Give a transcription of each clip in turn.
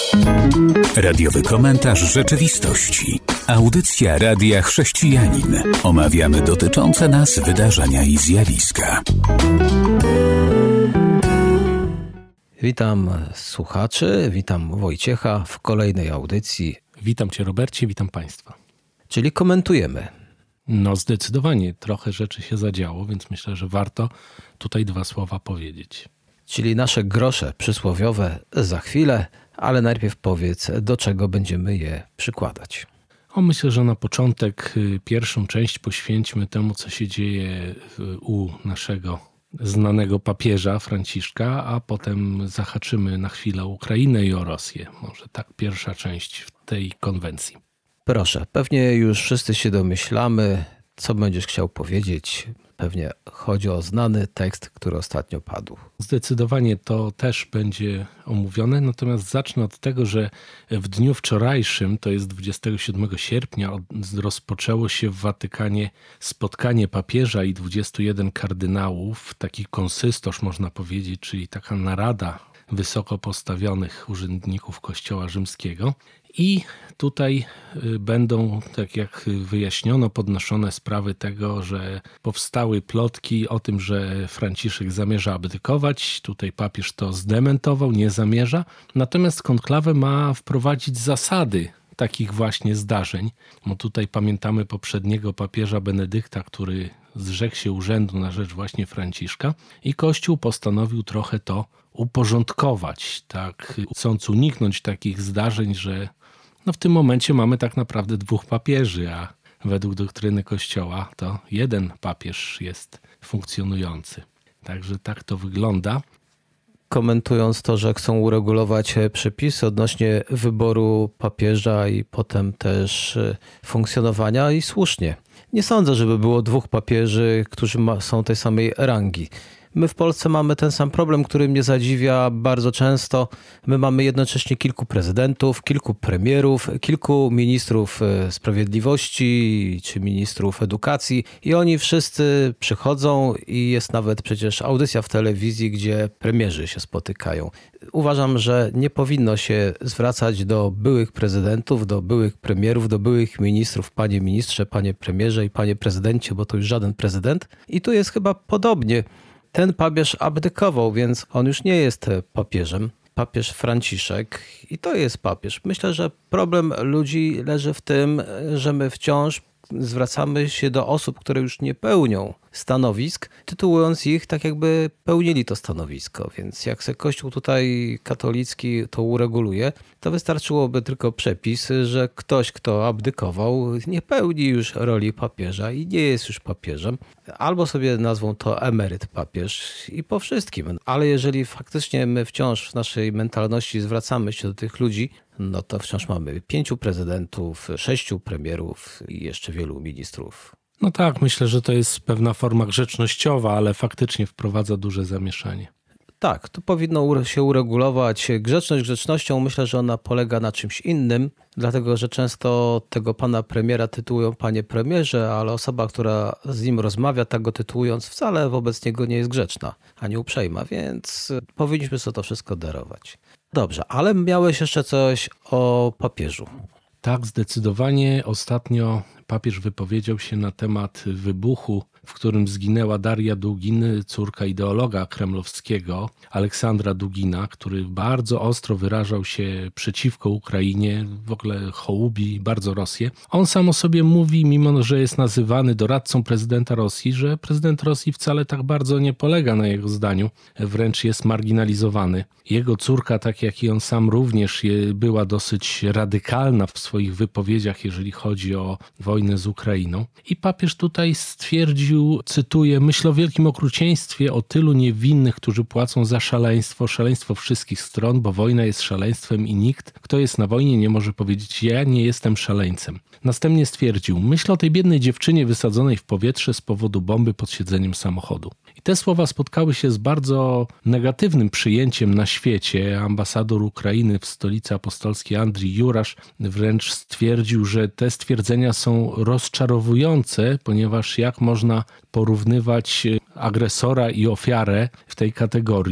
Radiowy komentarz rzeczywistości. Audycja Radia Chrześcijanin. Omawiamy dotyczące nas wydarzenia i zjawiska. Witam słuchaczy, witam Wojciecha w kolejnej audycji. Witam Cię, Robercie, witam Państwa. Czyli komentujemy. No zdecydowanie trochę rzeczy się zadziało, więc myślę, że warto tutaj dwa słowa powiedzieć. Czyli nasze grosze przysłowiowe za chwilę, ale najpierw powiedz, do czego będziemy je przykładać. Myślę, że na początek pierwszą część poświęćmy temu, co się dzieje u naszego znanego papieża Franciszka, a potem zahaczymy na chwilę o Ukrainę i o Rosję. Może tak pierwsza część w tej konwencji. Proszę, pewnie już wszyscy się domyślamy, co będziesz chciał powiedzieć. Pewnie chodzi o znany tekst, który ostatnio padł. Zdecydowanie to też będzie omówione, natomiast zacznę od tego, że w dniu wczorajszym, to jest 27 sierpnia, rozpoczęło się w Watykanie spotkanie papieża i 21 kardynałów, taki konsystorz można powiedzieć, czyli taka narada wysoko postawionych urzędników Kościoła Rzymskiego. I tutaj będą, tak jak wyjaśniono, podnoszone sprawy tego, że powstały plotki o tym, że Franciszek zamierza abdykować. Tutaj papież to zdementował, nie zamierza. Natomiast konklawę ma wprowadzić zasady takich właśnie zdarzeń. Bo tutaj pamiętamy poprzedniego papieża Benedykta, który zrzekł się urzędu na rzecz właśnie Franciszka i Kościół postanowił trochę to uporządkować, tak chcąc uniknąć takich zdarzeń, że w tym momencie mamy tak naprawdę dwóch papieży, a według doktryny Kościoła to jeden papież jest funkcjonujący. Także tak to wygląda. Komentując to, że chcą uregulować przepisy odnośnie wyboru papieża i potem też funkcjonowania, i słusznie. Nie sądzę, żeby było dwóch papieży, którzy są tej samej rangi. My w Polsce mamy ten sam problem, który mnie zadziwia bardzo często. My mamy jednocześnie kilku prezydentów, kilku premierów, kilku ministrów sprawiedliwości czy ministrów edukacji i oni wszyscy przychodzą i jest nawet przecież audycja w telewizji, gdzie premierzy się spotykają. Uważam, że nie powinno się zwracać do byłych prezydentów, do byłych premierów, do byłych ministrów, panie ministrze, panie premierze i panie prezydencie, bo to już żaden prezydent. I tu jest chyba podobnie. Ten papież abdykował, więc on już nie jest papieżem. Papież Franciszek i to jest papież. Myślę, że problem ludzi leży w tym, że my wciąż zwracamy się do osób, które już nie pełnią stanowisk, tytułując ich tak, jakby pełnili to stanowisko. Więc jak se Kościół tutaj katolicki to ureguluje, to wystarczyłoby tylko przepis, że ktoś, kto abdykował, nie pełni już roli papieża i nie jest już papieżem. Albo sobie nazwą to emeryt papież i po wszystkim. Ale jeżeli faktycznie my wciąż w naszej mentalności zwracamy się do tych ludzi, no to wciąż mamy 5 prezydentów, 6 premierów i jeszcze wielu ministrów. No tak, myślę, że to jest pewna forma grzecznościowa, ale faktycznie wprowadza duże zamieszanie. Tak, to powinno się uregulować. Grzeczność grzecznością, myślę, że ona polega na czymś innym, dlatego że często tego pana premiera tytułują panie premierze, ale osoba, która z nim rozmawia, tak go tytułując, wcale wobec niego nie jest grzeczna, ani uprzejma, więc powinniśmy sobie to wszystko darować. Dobrze, ale miałeś jeszcze coś o papieżu. Tak, zdecydowanie. Ostatnio papież wypowiedział się na temat wybuchu, w którym zginęła Daria Dugin, córka ideologa kremlowskiego Aleksandra Dugina, który bardzo ostro wyrażał się przeciwko Ukrainie, w ogóle hołubi bardzo Rosję. On sam o sobie mówi, mimo że jest nazywany doradcą prezydenta Rosji, że prezydent Rosji wcale tak bardzo nie polega na jego zdaniu, wręcz jest marginalizowany. Jego córka, tak jak i on sam, również była dosyć radykalna w swoich wypowiedziach, jeżeli chodzi o wojnę z Ukrainą. I papież tutaj stwierdził, cytuję, myślę o wielkim okrucieństwie, o tylu niewinnych, którzy płacą za szaleństwo wszystkich stron, bo wojna jest szaleństwem i nikt, kto jest na wojnie, nie może powiedzieć, ja nie jestem szaleńcem. Następnie stwierdził, myślę o tej biednej dziewczynie wysadzonej w powietrze z powodu bomby pod siedzeniem samochodu. I te słowa spotkały się z bardzo negatywnym przyjęciem na świecie. Ambasador Ukrainy w stolicy apostolskiej Andrii Jurasz wręcz stwierdził, że te stwierdzenia są rozczarowujące, ponieważ jak można porównywać agresora i ofiarę w tej kategorii.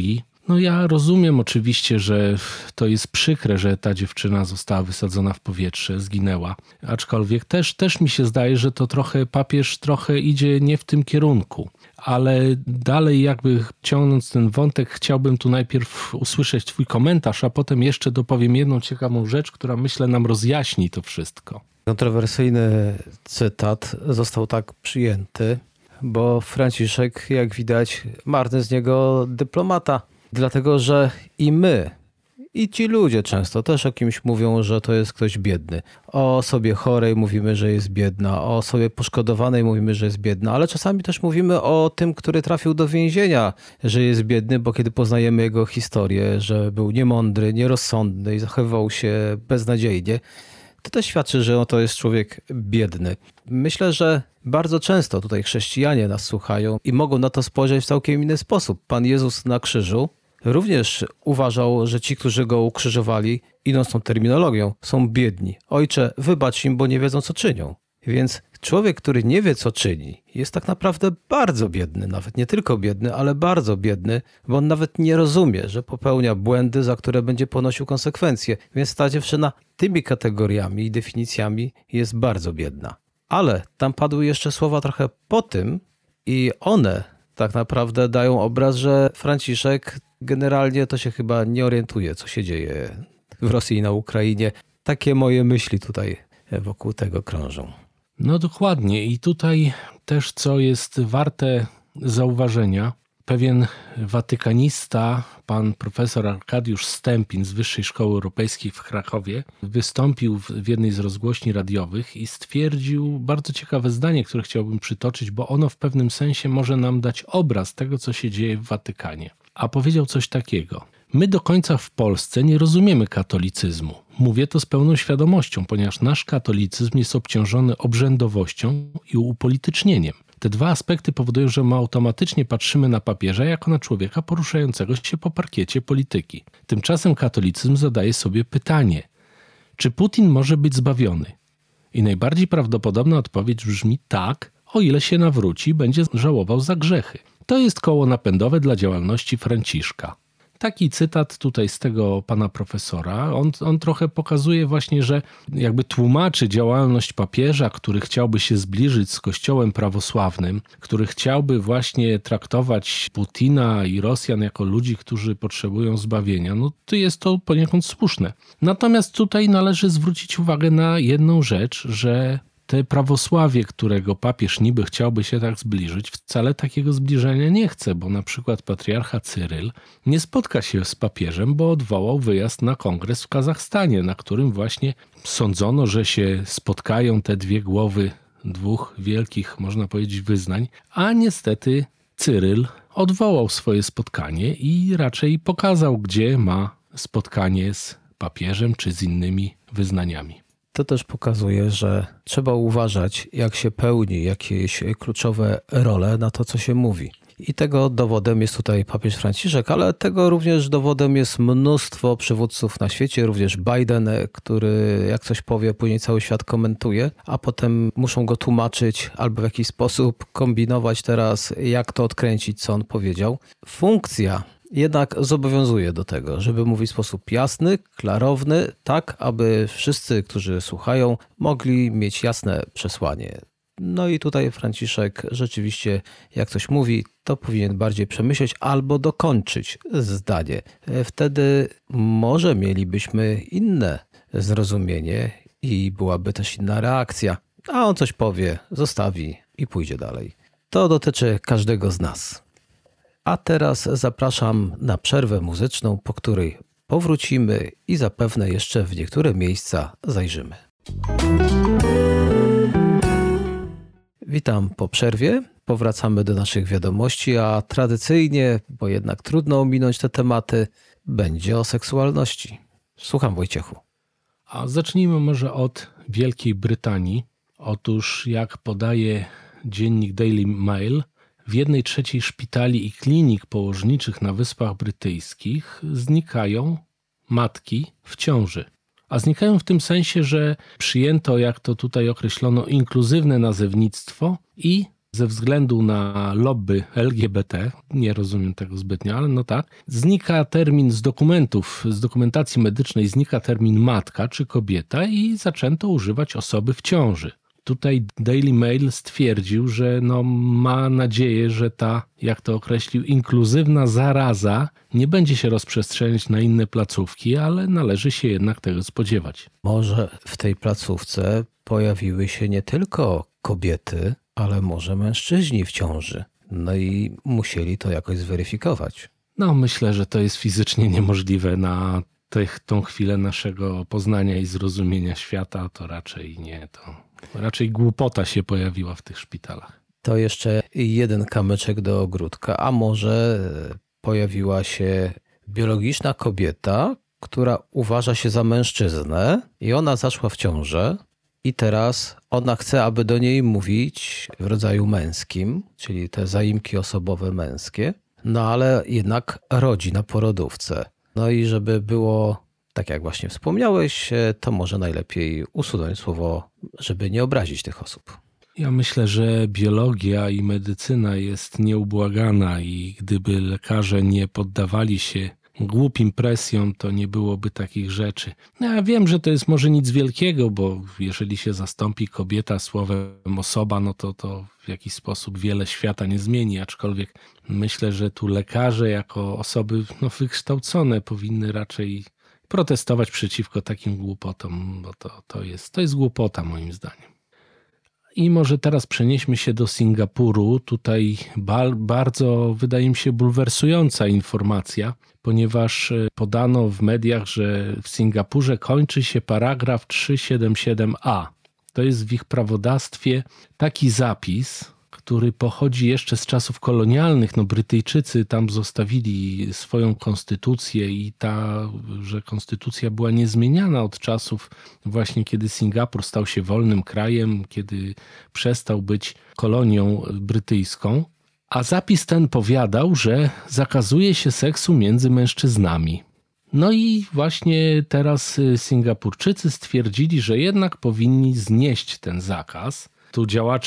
No ja rozumiem oczywiście, że to jest przykre, że ta dziewczyna została wysadzona w powietrze, zginęła. Aczkolwiek też mi się zdaje, że to papież trochę idzie nie w tym kierunku. Ale dalej jakby ciągnąc ten wątek, chciałbym tu najpierw usłyszeć twój komentarz, a potem jeszcze dopowiem jedną ciekawą rzecz, która myślę nam rozjaśni to wszystko. Kontrowersyjny cytat został tak przyjęty, bo Franciszek, jak widać, marny z niego dyplomata. Dlatego, że i my, i ci ludzie często też o kimś mówią, że to jest ktoś biedny. O osobie chorej mówimy, że jest biedna, o osobie poszkodowanej mówimy, że jest biedna, ale czasami też mówimy o tym, który trafił do więzienia, że jest biedny, bo kiedy poznajemy jego historię, że był niemądry, nierozsądny i zachowywał się beznadziejnie, to też świadczy, że to jest człowiek biedny. Myślę, że bardzo często tutaj chrześcijanie nas słuchają i mogą na to spojrzeć w całkiem inny sposób. Pan Jezus na krzyżu również uważał, że ci, którzy go ukrzyżowali, idąc tą terminologią, są biedni. Ojcze, wybacz im, bo nie wiedzą, co czynią. Więc człowiek, który nie wie, co czyni, jest tak naprawdę bardzo biedny. Nawet nie tylko biedny, ale bardzo biedny, bo on nawet nie rozumie, że popełnia błędy, za które będzie ponosił konsekwencje. Więc ta dziewczyna tymi kategoriami i definicjami jest bardzo biedna. Ale tam padły jeszcze słowa trochę po tym i one tak naprawdę dają obraz, że Franciszek generalnie to się chyba nie orientuje, co się dzieje w Rosji i na Ukrainie. Takie moje myśli tutaj wokół tego krążą. No dokładnie i tutaj też co jest warte zauważenia, pewien watykanista, pan profesor Arkadiusz Stępin z Wyższej Szkoły Europejskiej w Krakowie wystąpił w jednej z rozgłośni radiowych i stwierdził bardzo ciekawe zdanie, które chciałbym przytoczyć, bo ono w pewnym sensie może nam dać obraz tego, co się dzieje w Watykanie. A powiedział coś takiego: my do końca w Polsce nie rozumiemy katolicyzmu. Mówię to z pełną świadomością, ponieważ nasz katolicyzm jest obciążony obrzędowością i upolitycznieniem. Te dwa aspekty powodują, że my automatycznie patrzymy na papieża jako na człowieka poruszającego się po parkiecie polityki. Tymczasem katolicyzm zadaje sobie pytanie, czy Putin może być zbawiony? I najbardziej prawdopodobna odpowiedź brzmi tak, o ile się nawróci, będzie żałował za grzechy. To jest koło napędowe dla działalności Franciszka. Taki cytat tutaj z tego pana profesora, on trochę pokazuje właśnie, że jakby tłumaczy działalność papieża, który chciałby się zbliżyć z Kościołem prawosławnym, który chciałby właśnie traktować Putina i Rosjan jako ludzi, którzy potrzebują zbawienia. No to jest to poniekąd słuszne. Natomiast tutaj należy zwrócić uwagę na jedną rzecz, że te prawosławie, którego papież niby chciałby się tak zbliżyć, wcale takiego zbliżenia nie chce, bo na przykład patriarcha Cyryl nie spotka się z papieżem, bo odwołał wyjazd na kongres w Kazachstanie, na którym właśnie sądzono, że się spotkają te dwie głowy dwóch wielkich, można powiedzieć, wyznań, a niestety Cyryl odwołał swoje spotkanie i raczej pokazał, gdzie ma spotkanie z papieżem czy z innymi wyznaniami. To też pokazuje, że trzeba uważać, jak się pełni jakieś kluczowe role na to, co się mówi. I tego dowodem jest tutaj papież Franciszek, ale tego również dowodem jest mnóstwo przywódców na świecie, również Biden, który jak coś powie, później cały świat komentuje, a potem muszą go tłumaczyć albo w jakiś sposób kombinować teraz, jak to odkręcić, co on powiedział. Funkcja jednak zobowiązuje do tego, żeby mówić w sposób jasny, klarowny, tak aby wszyscy, którzy słuchają, mogli mieć jasne przesłanie. No i tutaj Franciszek rzeczywiście, jak coś mówi, to powinien bardziej przemyśleć albo dokończyć zdanie. Wtedy może mielibyśmy inne zrozumienie i byłaby też inna reakcja. A on coś powie, zostawi i pójdzie dalej. To dotyczy każdego z nas. A teraz zapraszam na przerwę muzyczną, po której powrócimy i zapewne jeszcze w niektóre miejsca zajrzymy. Witam po przerwie. Powracamy do naszych wiadomości, a tradycyjnie, bo jednak trudno ominąć te tematy, będzie o seksualności. Słucham, Wojciechu. A zacznijmy może od Wielkiej Brytanii. Otóż jak podaje dziennik Daily Mail, w 1/3 szpitali i klinik położniczych na Wyspach Brytyjskich znikają matki w ciąży. A znikają w tym sensie, że przyjęto, jak to tutaj określono, inkluzywne nazewnictwo i ze względu na lobby LGBT, nie rozumiem tego zbytnio, ale no tak, znika termin z dokumentów, z dokumentacji medycznej znika termin matka czy kobieta i zaczęto używać osoby w ciąży. Tutaj Daily Mail stwierdził, że ma nadzieję, że ta, jak to określił, inkluzywna zaraza nie będzie się rozprzestrzeniać na inne placówki, ale należy się jednak tego spodziewać. Może w tej placówce pojawiły się nie tylko kobiety, ale może mężczyźni w ciąży. No i musieli to jakoś zweryfikować. Myślę, że to jest fizycznie niemożliwe na tą chwilę naszego poznania i zrozumienia świata. To raczej nie, to raczej głupota się pojawiła w tych szpitalach. To jeszcze jeden kamyczek do ogródka, a może pojawiła się biologiczna kobieta, która uważa się za mężczyznę i ona zaszła w ciążę i teraz ona chce, aby do niej mówić w rodzaju męskim, czyli te zaimki osobowe męskie, ale jednak rodzi na porodówce. No i żeby było tak jak właśnie wspomniałeś, to może najlepiej usunąć słowo, żeby nie obrazić tych osób. Ja myślę, że biologia i medycyna jest nieubłagana i gdyby lekarze nie poddawali się głupim presjom, to nie byłoby takich rzeczy. Ja wiem, że to jest może nic wielkiego, bo jeżeli się zastąpi kobieta słowem osoba, to w jakiś sposób wiele świata nie zmieni, aczkolwiek myślę, że tu lekarze jako osoby wykształcone powinny raczej protestować przeciwko takim głupotom, bo to jest głupota moim zdaniem. I może teraz przenieśmy się do Singapuru. Tutaj bardzo, wydaje mi się, bulwersująca informacja, ponieważ podano w mediach, że w Singapurze kończy się paragraf 377a. To jest w ich prawodawstwie taki zapis, który pochodzi jeszcze z czasów kolonialnych. Brytyjczycy tam zostawili swoją konstytucję i że konstytucja była niezmieniana od czasów właśnie, kiedy Singapur stał się wolnym krajem, kiedy przestał być kolonią brytyjską. A zapis ten powiadał, że zakazuje się seksu między mężczyznami. I właśnie teraz Singapurczycy stwierdzili, że jednak powinni znieść ten zakaz. Tu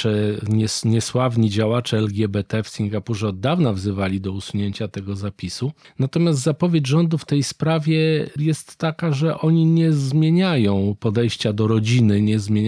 niesławni działacze LGBT w Singapurze od dawna wzywali do usunięcia tego zapisu. Natomiast zapowiedź rządu w tej sprawie jest taka, że oni nie zmieniają podejścia do rodziny,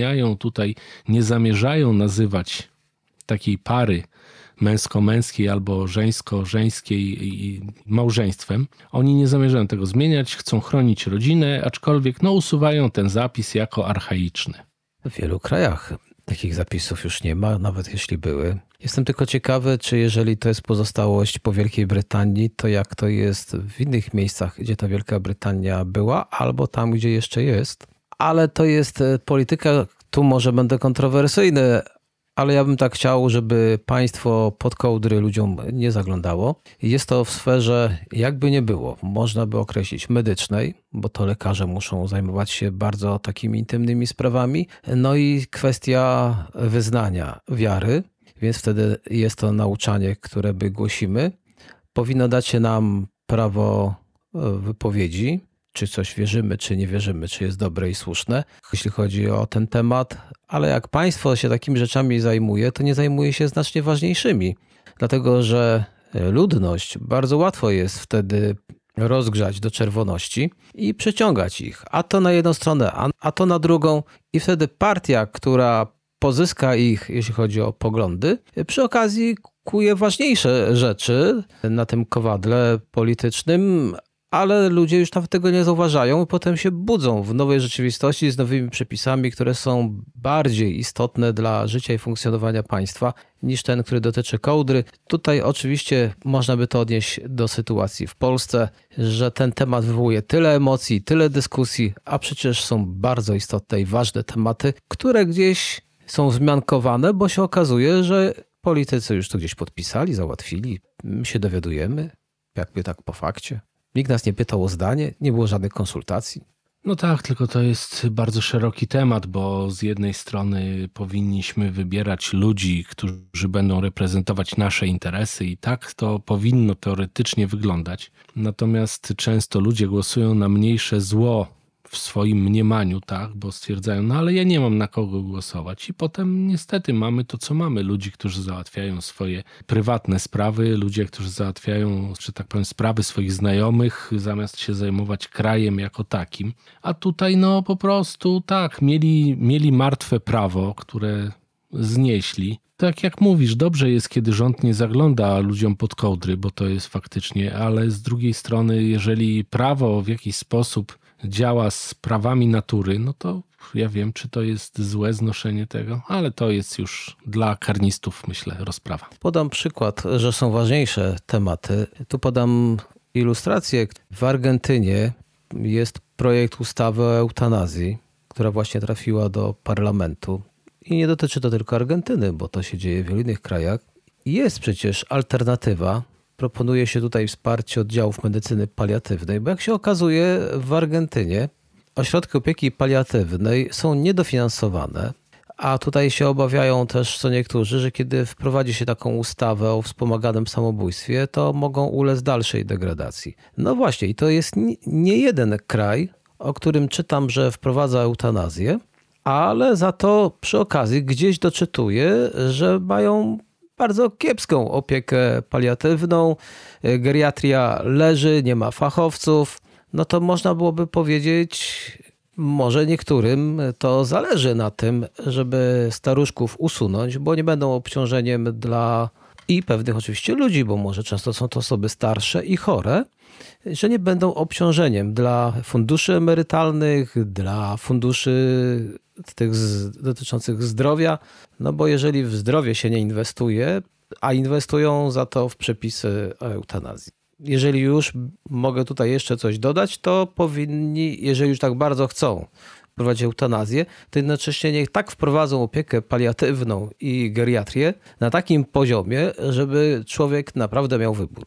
nie zamierzają nazywać takiej pary męsko-męskiej albo żeńsko-żeńskiej małżeństwem. Oni nie zamierzają tego zmieniać, chcą chronić rodzinę, aczkolwiek usuwają ten zapis jako archaiczny. W wielu krajach takich zapisów już nie ma, nawet jeśli były. Jestem tylko ciekawy, czy jeżeli to jest pozostałość po Wielkiej Brytanii, to jak to jest w innych miejscach, gdzie ta Wielka Brytania była, albo tam, gdzie jeszcze jest. Ale to jest polityka, tu może będę kontrowersyjny, ale ja bym tak chciał, żeby państwo pod kołdry ludziom nie zaglądało. Jest to w sferze, jakby nie było, można by określić medycznej, bo to lekarze muszą zajmować się bardzo takimi intymnymi sprawami. I kwestia wyznania wiary, więc wtedy jest to nauczanie, które my głosimy. Powinno dać się nam prawo wypowiedzi, czy coś wierzymy, czy nie wierzymy, czy jest dobre i słuszne, jeśli chodzi o ten temat. Ale jak państwo się takimi rzeczami zajmuje, to nie zajmuje się znacznie ważniejszymi. Dlatego, że ludność bardzo łatwo jest wtedy rozgrzać do czerwoności i przeciągać ich. A to na jedną stronę, a to na drugą. I wtedy partia, która pozyska ich, jeśli chodzi o poglądy, przy okazji kuje ważniejsze rzeczy na tym kowadle politycznym, ale ludzie już nawet tego nie zauważają i potem się budzą w nowej rzeczywistości z nowymi przepisami, które są bardziej istotne dla życia i funkcjonowania państwa niż ten, który dotyczy kołdry. Tutaj oczywiście można by to odnieść do sytuacji w Polsce, że ten temat wywołuje tyle emocji, tyle dyskusji, a przecież są bardzo istotne i ważne tematy, które gdzieś są wzmiankowane, bo się okazuje, że politycy już to gdzieś podpisali, załatwili. My się dowiadujemy, jakby tak po fakcie. Nikt nas nie pytał o zdanie, nie było żadnych konsultacji. Tak, tylko to jest bardzo szeroki temat, bo z jednej strony powinniśmy wybierać ludzi, którzy będą reprezentować nasze interesy i tak to powinno teoretycznie wyglądać. Natomiast często ludzie głosują na mniejsze zło w swoim mniemaniu, tak, bo stwierdzają, no ale ja nie mam na kogo głosować. I potem niestety mamy to, co mamy. Ludzi, którzy załatwiają swoje prywatne sprawy, ludzie, którzy załatwiają, że tak powiem, sprawy swoich znajomych, zamiast się zajmować krajem jako takim. A tutaj no po prostu tak, mieli martwe prawo, które znieśli. Tak jak mówisz, dobrze jest, kiedy rząd nie zagląda ludziom pod kołdry, bo to jest faktycznie, ale z drugiej strony, jeżeli prawo w jakiś sposób działa z prawami natury, no to ja wiem, czy to jest złe znoszenie tego, ale to jest już dla karnistów, myślę, rozprawa. Podam przykład, że są ważniejsze tematy. Tu podam ilustrację. W Argentynie jest projekt ustawy o eutanazji, która właśnie trafiła do parlamentu. I nie dotyczy to tylko Argentyny, bo to się dzieje w wielu innych krajach. Jest przecież alternatywa. Proponuje się tutaj wsparcie oddziałów medycyny paliatywnej, bo jak się okazuje, w Argentynie ośrodki opieki paliatywnej są niedofinansowane, a tutaj się obawiają też co niektórzy, że kiedy wprowadzi się taką ustawę o wspomaganym samobójstwie, to mogą ulec dalszej degradacji. No właśnie, i to jest nie jeden kraj, o którym czytam, że wprowadza eutanazję, ale za to przy okazji gdzieś doczytuję, że mają bardzo kiepską opiekę paliatywną, geriatria leży, nie ma fachowców. No to można byłoby powiedzieć, może niektórym to zależy na tym, żeby staruszków usunąć, bo nie będą obciążeniem dla i pewnych oczywiście ludzi, bo może często są to osoby starsze i chore, że nie będą obciążeniem dla funduszy emerytalnych, dla funduszy tych dotyczących zdrowia, no bo jeżeli w zdrowie się nie inwestuje, a inwestują za to w przepisy o eutanazji. Jeżeli już mogę tutaj jeszcze coś dodać, to powinni, jeżeli już tak bardzo chcą wprowadzić eutanazję, to jednocześnie niech tak wprowadzą opiekę paliatywną i geriatrię na takim poziomie, żeby człowiek naprawdę miał wybór.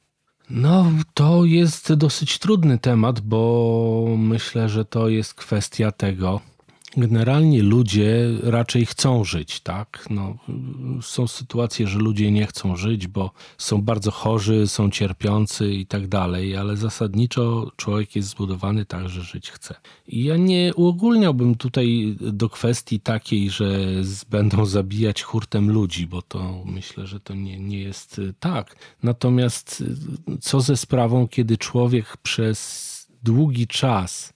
No, to jest dosyć trudny temat, bo myślę, że to jest kwestia tego. Generalnie ludzie raczej chcą żyć, tak? No, są sytuacje, że ludzie nie chcą żyć, bo są bardzo chorzy, są cierpiący i tak dalej, ale zasadniczo człowiek jest zbudowany tak, że żyć chce. I ja nie uogólniałbym tutaj do kwestii takiej, że będą zabijać hurtem ludzi, bo to myślę, że to nie jest tak. Natomiast co ze sprawą, kiedy człowiek przez długi czas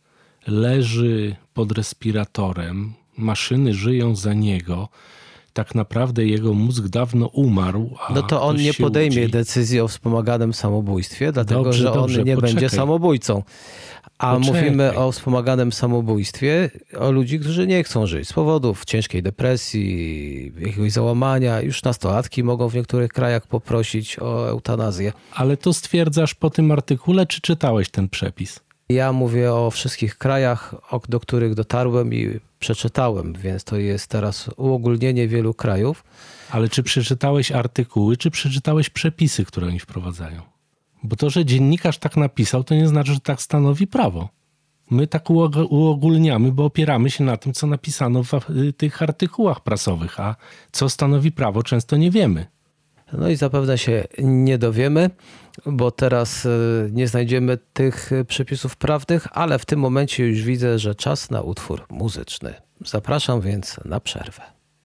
leży pod respiratorem, maszyny żyją za niego, tak naprawdę jego mózg dawno umarł. No to on nie podejmie decyzji o wspomaganym samobójstwie, dlatego że on nie będzie samobójcą. A mówimy o wspomaganym samobójstwie, o ludzi, którzy nie chcą żyć z powodów ciężkiej depresji, jakiegoś załamania. Już nastolatki mogą w niektórych krajach poprosić o eutanazję. Ale to stwierdzasz po tym artykule, czy czytałeś ten przepis? Ja mówię o wszystkich krajach, do których dotarłem i przeczytałem, więc to jest teraz uogólnienie wielu krajów. Ale czy przeczytałeś artykuły, czy przeczytałeś przepisy, które oni wprowadzają? Bo to, że dziennikarz tak napisał, to nie znaczy, że tak stanowi prawo. My tak uogólniamy, bo opieramy się na tym, co napisano w tych artykułach prasowych, a co stanowi prawo, często nie wiemy. No i zapewne się nie dowiemy, bo teraz nie znajdziemy tych przepisów prawnych, ale w tym momencie już widzę, że czas na utwór muzyczny. Zapraszam więc na przerwę.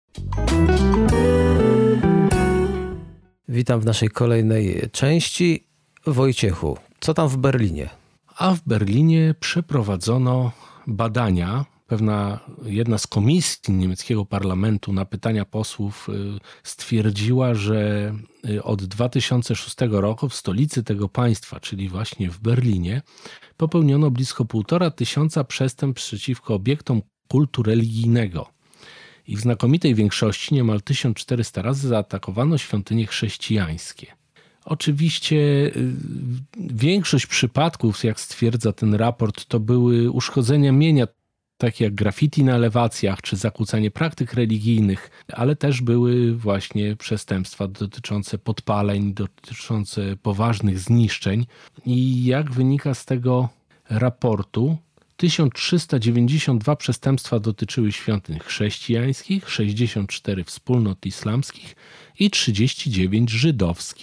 Witam w naszej kolejnej części. Wojciechu, co tam w Berlinie? A w Berlinie przeprowadzono badania. Jedna z komisji niemieckiego parlamentu na pytania posłów stwierdziła, że od 2006 roku w stolicy tego państwa, czyli właśnie w Berlinie, popełniono blisko 1500 przestępstw przeciwko obiektom kultu religijnego. I w znakomitej większości, niemal 1400 razy, zaatakowano świątynie chrześcijańskie. Oczywiście większość przypadków, jak stwierdza ten raport, to były uszkodzenia mienia, takie jak graffiti na elewacjach czy zakłócanie praktyk religijnych, ale też były właśnie przestępstwa dotyczące podpaleń, dotyczące poważnych zniszczeń. I jak wynika z tego raportu, 1392 przestępstwa dotyczyły świątyń chrześcijańskich, 64 wspólnot islamskich i 39 żydowskich.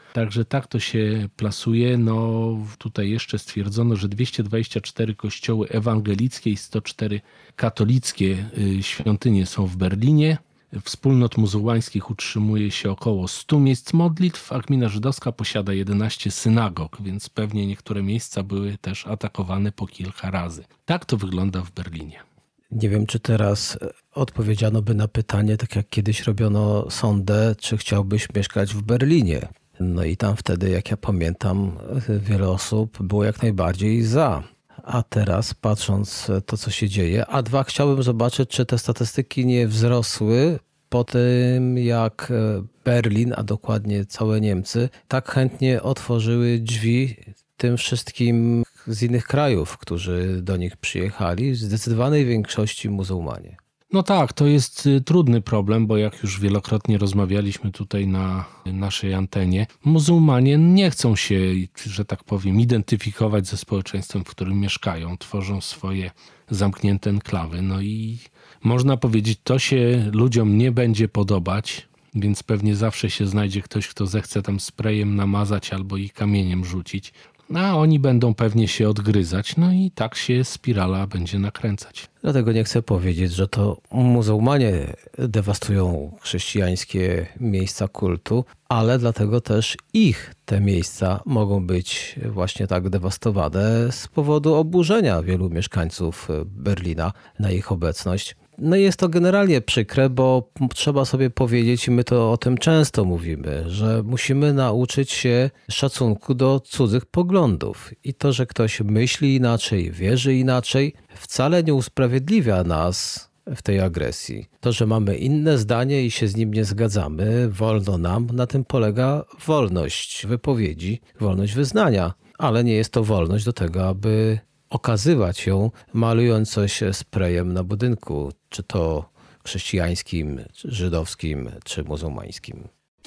Także tak to się plasuje. No tutaj jeszcze stwierdzono, że 224 kościoły ewangelickie i 104 katolickie świątynie są w Berlinie. Wspólnot muzułmańskich utrzymuje się około 100 miejsc modlitw, a gmina żydowska posiada 11 synagog, więc pewnie niektóre miejsca były też atakowane po kilka razy. Tak to wygląda w Berlinie. Nie wiem, czy teraz odpowiedziano by na pytanie, tak jak kiedyś robiono sondę, czy chciałbyś mieszkać w Berlinie. No i tam wtedy, jak ja pamiętam, wiele osób było jak najbardziej za. A teraz, patrząc to, co się dzieje, a dwa, chciałbym zobaczyć, czy te statystyki nie wzrosły po tym, jak Berlin, a dokładnie całe Niemcy, tak chętnie otworzyły drzwi tym wszystkim z innych krajów, którzy do nich przyjechali, w zdecydowanej większości muzułmanie. No tak, to jest trudny problem, bo jak już wielokrotnie rozmawialiśmy tutaj na naszej antenie, muzułmanie nie chcą się, że tak powiem, identyfikować ze społeczeństwem, w którym mieszkają, tworzą swoje zamknięte enklawy. No i można powiedzieć, to się ludziom nie będzie podobać, więc pewnie zawsze się znajdzie ktoś, kto zechce tam sprayem namazać albo i kamieniem rzucić. A oni będą pewnie się odgryzać, no i tak się spirala będzie nakręcać. Dlatego nie chcę powiedzieć, że to muzułmanie dewastują chrześcijańskie miejsca kultu, ale dlatego też te miejsca mogą być właśnie tak dewastowane z powodu oburzenia wielu mieszkańców Berlina na ich obecność. No i jest to generalnie przykre, bo trzeba sobie powiedzieć, i my to o tym często mówimy, że musimy nauczyć się szacunku do cudzych poglądów. I to, że ktoś myśli inaczej, wierzy inaczej, wcale nie usprawiedliwia nas w tej agresji. To, że mamy inne zdanie i się z nim nie zgadzamy, wolno nam, na tym polega wolność wypowiedzi, wolność wyznania. Ale nie jest to wolność do tego, aby okazywać ją, malując coś sprayem na budynku, czy to chrześcijańskim, czy żydowskim, czy muzułmańskim.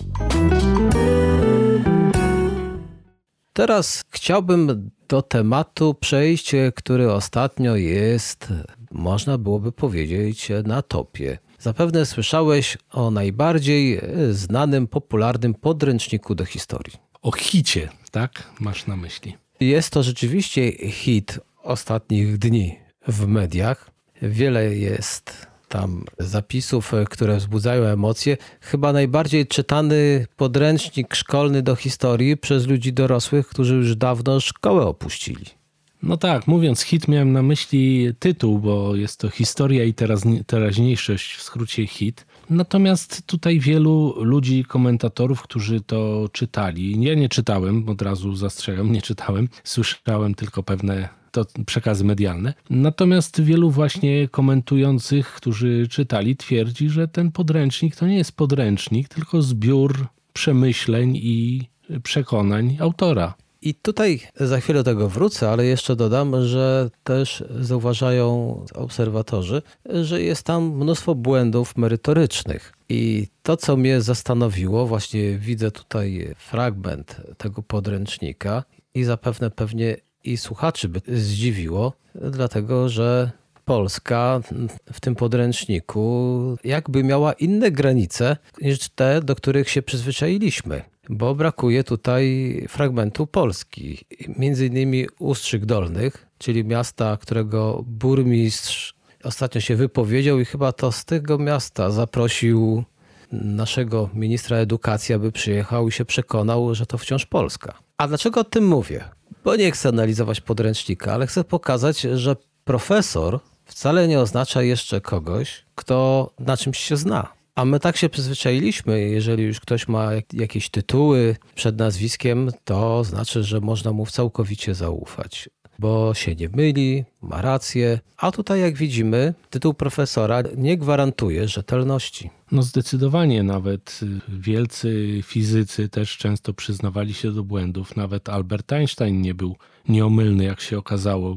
Teraz chciałbym do tematu przejść, który ostatnio jest, można byłoby powiedzieć, na topie. Zapewne słyszałeś o najbardziej znanym, popularnym podręczniku do historii. O hicie, tak? Masz na myśli. Jest to rzeczywiście hit ostatnich dni w mediach. Wiele jest tam zapisów, które wzbudzają emocje. Chyba najbardziej czytany podręcznik szkolny do historii przez ludzi dorosłych, którzy już dawno szkołę opuścili. No tak, mówiąc hit miałem na myśli tytuł, bo jest to historia i teraźniejszość, w skrócie hit. Natomiast tutaj wielu ludzi, komentatorów, którzy to czytali, ja nie czytałem, od razu zastrzegam, nie czytałem, słyszałem tylko pewne przekazy medialne. Natomiast wielu właśnie komentujących, którzy czytali, twierdzi, że ten podręcznik to nie jest podręcznik, tylko zbiór przemyśleń i przekonań autora. I tutaj za chwilę do tego wrócę, ale jeszcze dodam, że też zauważają obserwatorzy, że jest tam mnóstwo błędów merytorycznych. I to, co mnie zastanowiło, właśnie widzę tutaj fragment tego podręcznika i zapewne pewnie i słuchaczy by zdziwiło, dlatego że Polska w tym podręczniku jakby miała inne granice niż te, do których się przyzwyczailiśmy. Bo brakuje tutaj fragmentu Polski. Między innymi Ustrzyk Dolnych, czyli miasta, którego burmistrz ostatnio się wypowiedział i chyba to z tego miasta zaprosił naszego ministra edukacji, aby przyjechał i się przekonał, że to wciąż Polska. A dlaczego o tym mówię? Bo nie chcę analizować podręcznika, ale chcę pokazać, że profesor wcale nie oznacza jeszcze kogoś, kto na czymś się zna. A my tak się przyzwyczailiśmy, jeżeli już ktoś ma jakieś tytuły przed nazwiskiem, to znaczy, że można mu całkowicie zaufać, bo się nie myli, ma rację. A tutaj, jak widzimy, tytuł profesora nie gwarantuje rzetelności. No zdecydowanie, nawet wielcy fizycy też często przyznawali się do błędów. Nawet Albert Einstein nie był nieomylny, jak się okazało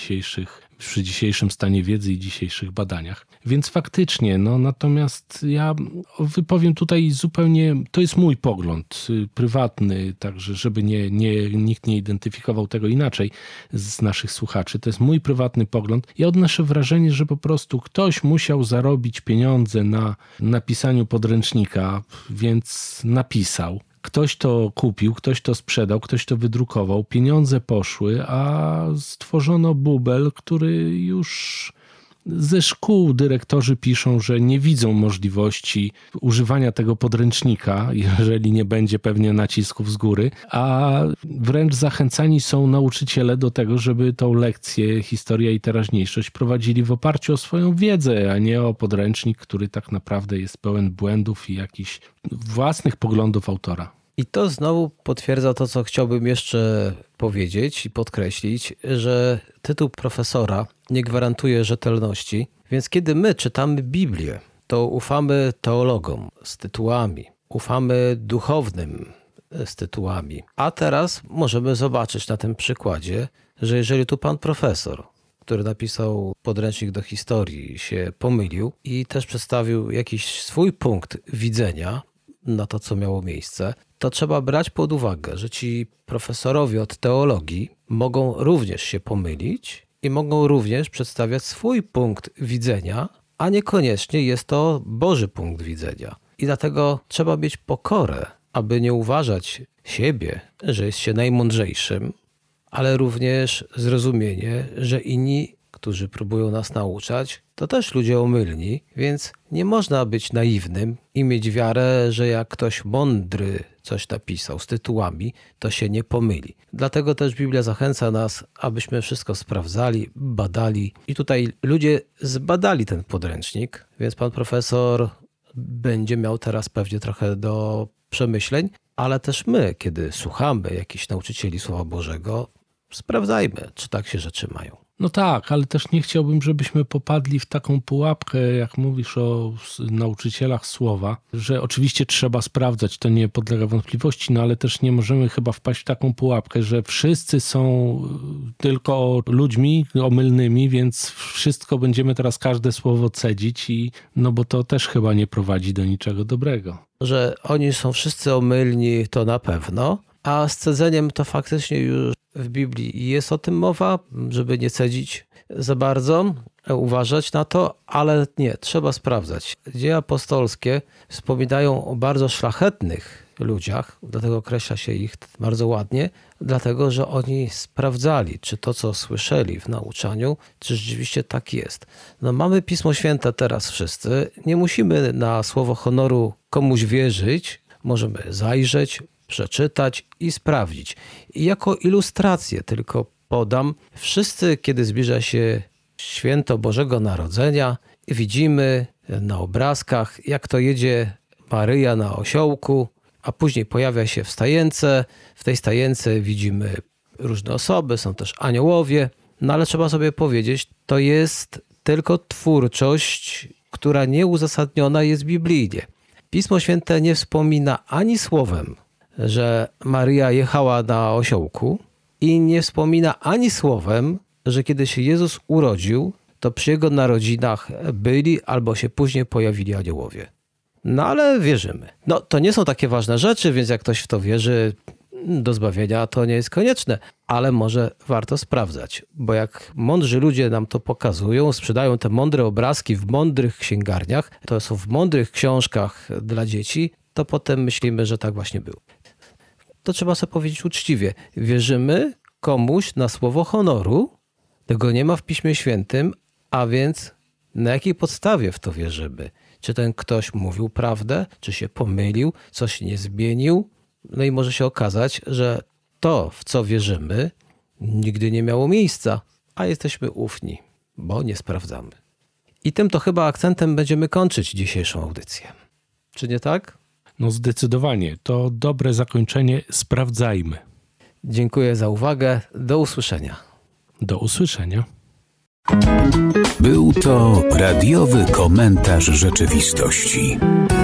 przy dzisiejszym stanie wiedzy i dzisiejszych badaniach. Więc faktycznie, natomiast ja wypowiem tutaj zupełnie, to jest mój pogląd prywatny, także żeby nikt nie identyfikował tego inaczej z naszych słuchaczy. To jest mój prywatny pogląd. Ja odnoszę wrażenie, że po prostu ktoś musiał zarobić pieniądze na napisaniu podręcznika, więc napisał. Ktoś to kupił, ktoś to sprzedał, ktoś to wydrukował, pieniądze poszły, a stworzono bubel, który już ze szkół dyrektorzy piszą, że nie widzą możliwości używania tego podręcznika, jeżeli nie będzie pewnie nacisków z góry, a wręcz zachęcani są nauczyciele do tego, żeby tą lekcję historia i teraźniejszość prowadzili w oparciu o swoją wiedzę, a nie o podręcznik, który tak naprawdę jest pełen błędów i jakichś własnych poglądów autora. I to znowu potwierdza to, co chciałbym jeszcze powiedzieć i podkreślić, że tytuł profesora nie gwarantuje rzetelności, więc kiedy my czytamy Biblię, to ufamy teologom z tytułami, ufamy duchownym z tytułami. A teraz możemy zobaczyć na tym przykładzie, że jeżeli tu pan profesor, który napisał podręcznik do historii, się pomylił i też przedstawił jakiś swój punkt widzenia na to, co miało miejsce, to trzeba brać pod uwagę, że ci profesorowie od teologii mogą również się pomylić i mogą również przedstawiać swój punkt widzenia, a niekoniecznie jest to Boży punkt widzenia. I dlatego trzeba mieć pokorę, aby nie uważać siebie, że jest się najmądrzejszym, ale również zrozumienie, że inni, którzy próbują nas nauczać, to też ludzie omylni, więc nie można być naiwnym i mieć wiarę, że jak ktoś mądry coś napisał z tytułami, to się nie pomyli. Dlatego też Biblia zachęca nas, abyśmy wszystko sprawdzali, badali. I tutaj ludzie zbadali ten podręcznik, więc pan profesor będzie miał teraz pewnie trochę do przemyśleń, ale też my, kiedy słuchamy jakichś nauczycieli Słowa Bożego, sprawdzajmy, czy tak się rzeczy mają. No tak, ale też nie chciałbym, żebyśmy popadli w taką pułapkę, jak mówisz o nauczycielach słowa, że oczywiście trzeba sprawdzać, to nie podlega wątpliwości, no ale też nie możemy chyba wpaść w taką pułapkę, że wszyscy są tylko ludźmi omylnymi, więc wszystko będziemy teraz każde słowo cedzić no bo to też chyba nie prowadzi do niczego dobrego. Że oni są wszyscy omylni, to na pewno, a z cedzeniem to faktycznie już w Biblii jest o tym mowa, żeby nie cedzić za bardzo, uważać na to, ale nie, trzeba sprawdzać. Dzieje apostolskie wspominają o bardzo szlachetnych ludziach, dlatego określa się ich bardzo ładnie, dlatego że oni sprawdzali, czy to, co słyszeli w nauczaniu, czy rzeczywiście tak jest. No, mamy Pismo Święte teraz wszyscy, nie musimy na słowo honoru komuś wierzyć, możemy zajrzeć, przeczytać i sprawdzić. I jako ilustrację tylko podam, wszyscy, kiedy zbliża się święto Bożego Narodzenia, widzimy na obrazkach, jak to jedzie Maryja na osiołku, a później pojawia się w stajence. W tej stajence widzimy różne osoby, są też aniołowie, no ale trzeba sobie powiedzieć, to jest tylko twórczość, która nieuzasadniona jest biblijnie. Pismo Święte nie wspomina ani słowem, że Maryja jechała na osiołku i nie wspomina ani słowem, że kiedy się Jezus urodził, to przy Jego narodzinach byli albo się później pojawili aniołowie. No ale wierzymy. No to nie są takie ważne rzeczy, więc jak ktoś w to wierzy, do zbawienia to nie jest konieczne, ale może warto sprawdzać, bo jak mądrzy ludzie nam to pokazują, sprzedają te mądre obrazki w mądrych księgarniach, to są w mądrych książkach dla dzieci, to potem myślimy, że tak właśnie było. To trzeba sobie powiedzieć uczciwie. Wierzymy komuś na słowo honoru, tego nie ma w Piśmie Świętym, a więc na jakiej podstawie w to wierzymy? Czy ten ktoś mówił prawdę, czy się pomylił, coś nie zmienił? No i może się okazać, że to, w co wierzymy, nigdy nie miało miejsca, a jesteśmy ufni, bo nie sprawdzamy. I tym to chyba akcentem będziemy kończyć dzisiejszą audycję. Czy nie tak? No zdecydowanie. To dobre zakończenie. Sprawdzajmy. Dziękuję za uwagę. Do usłyszenia. Do usłyszenia. Był to radiowy komentarz rzeczywistości.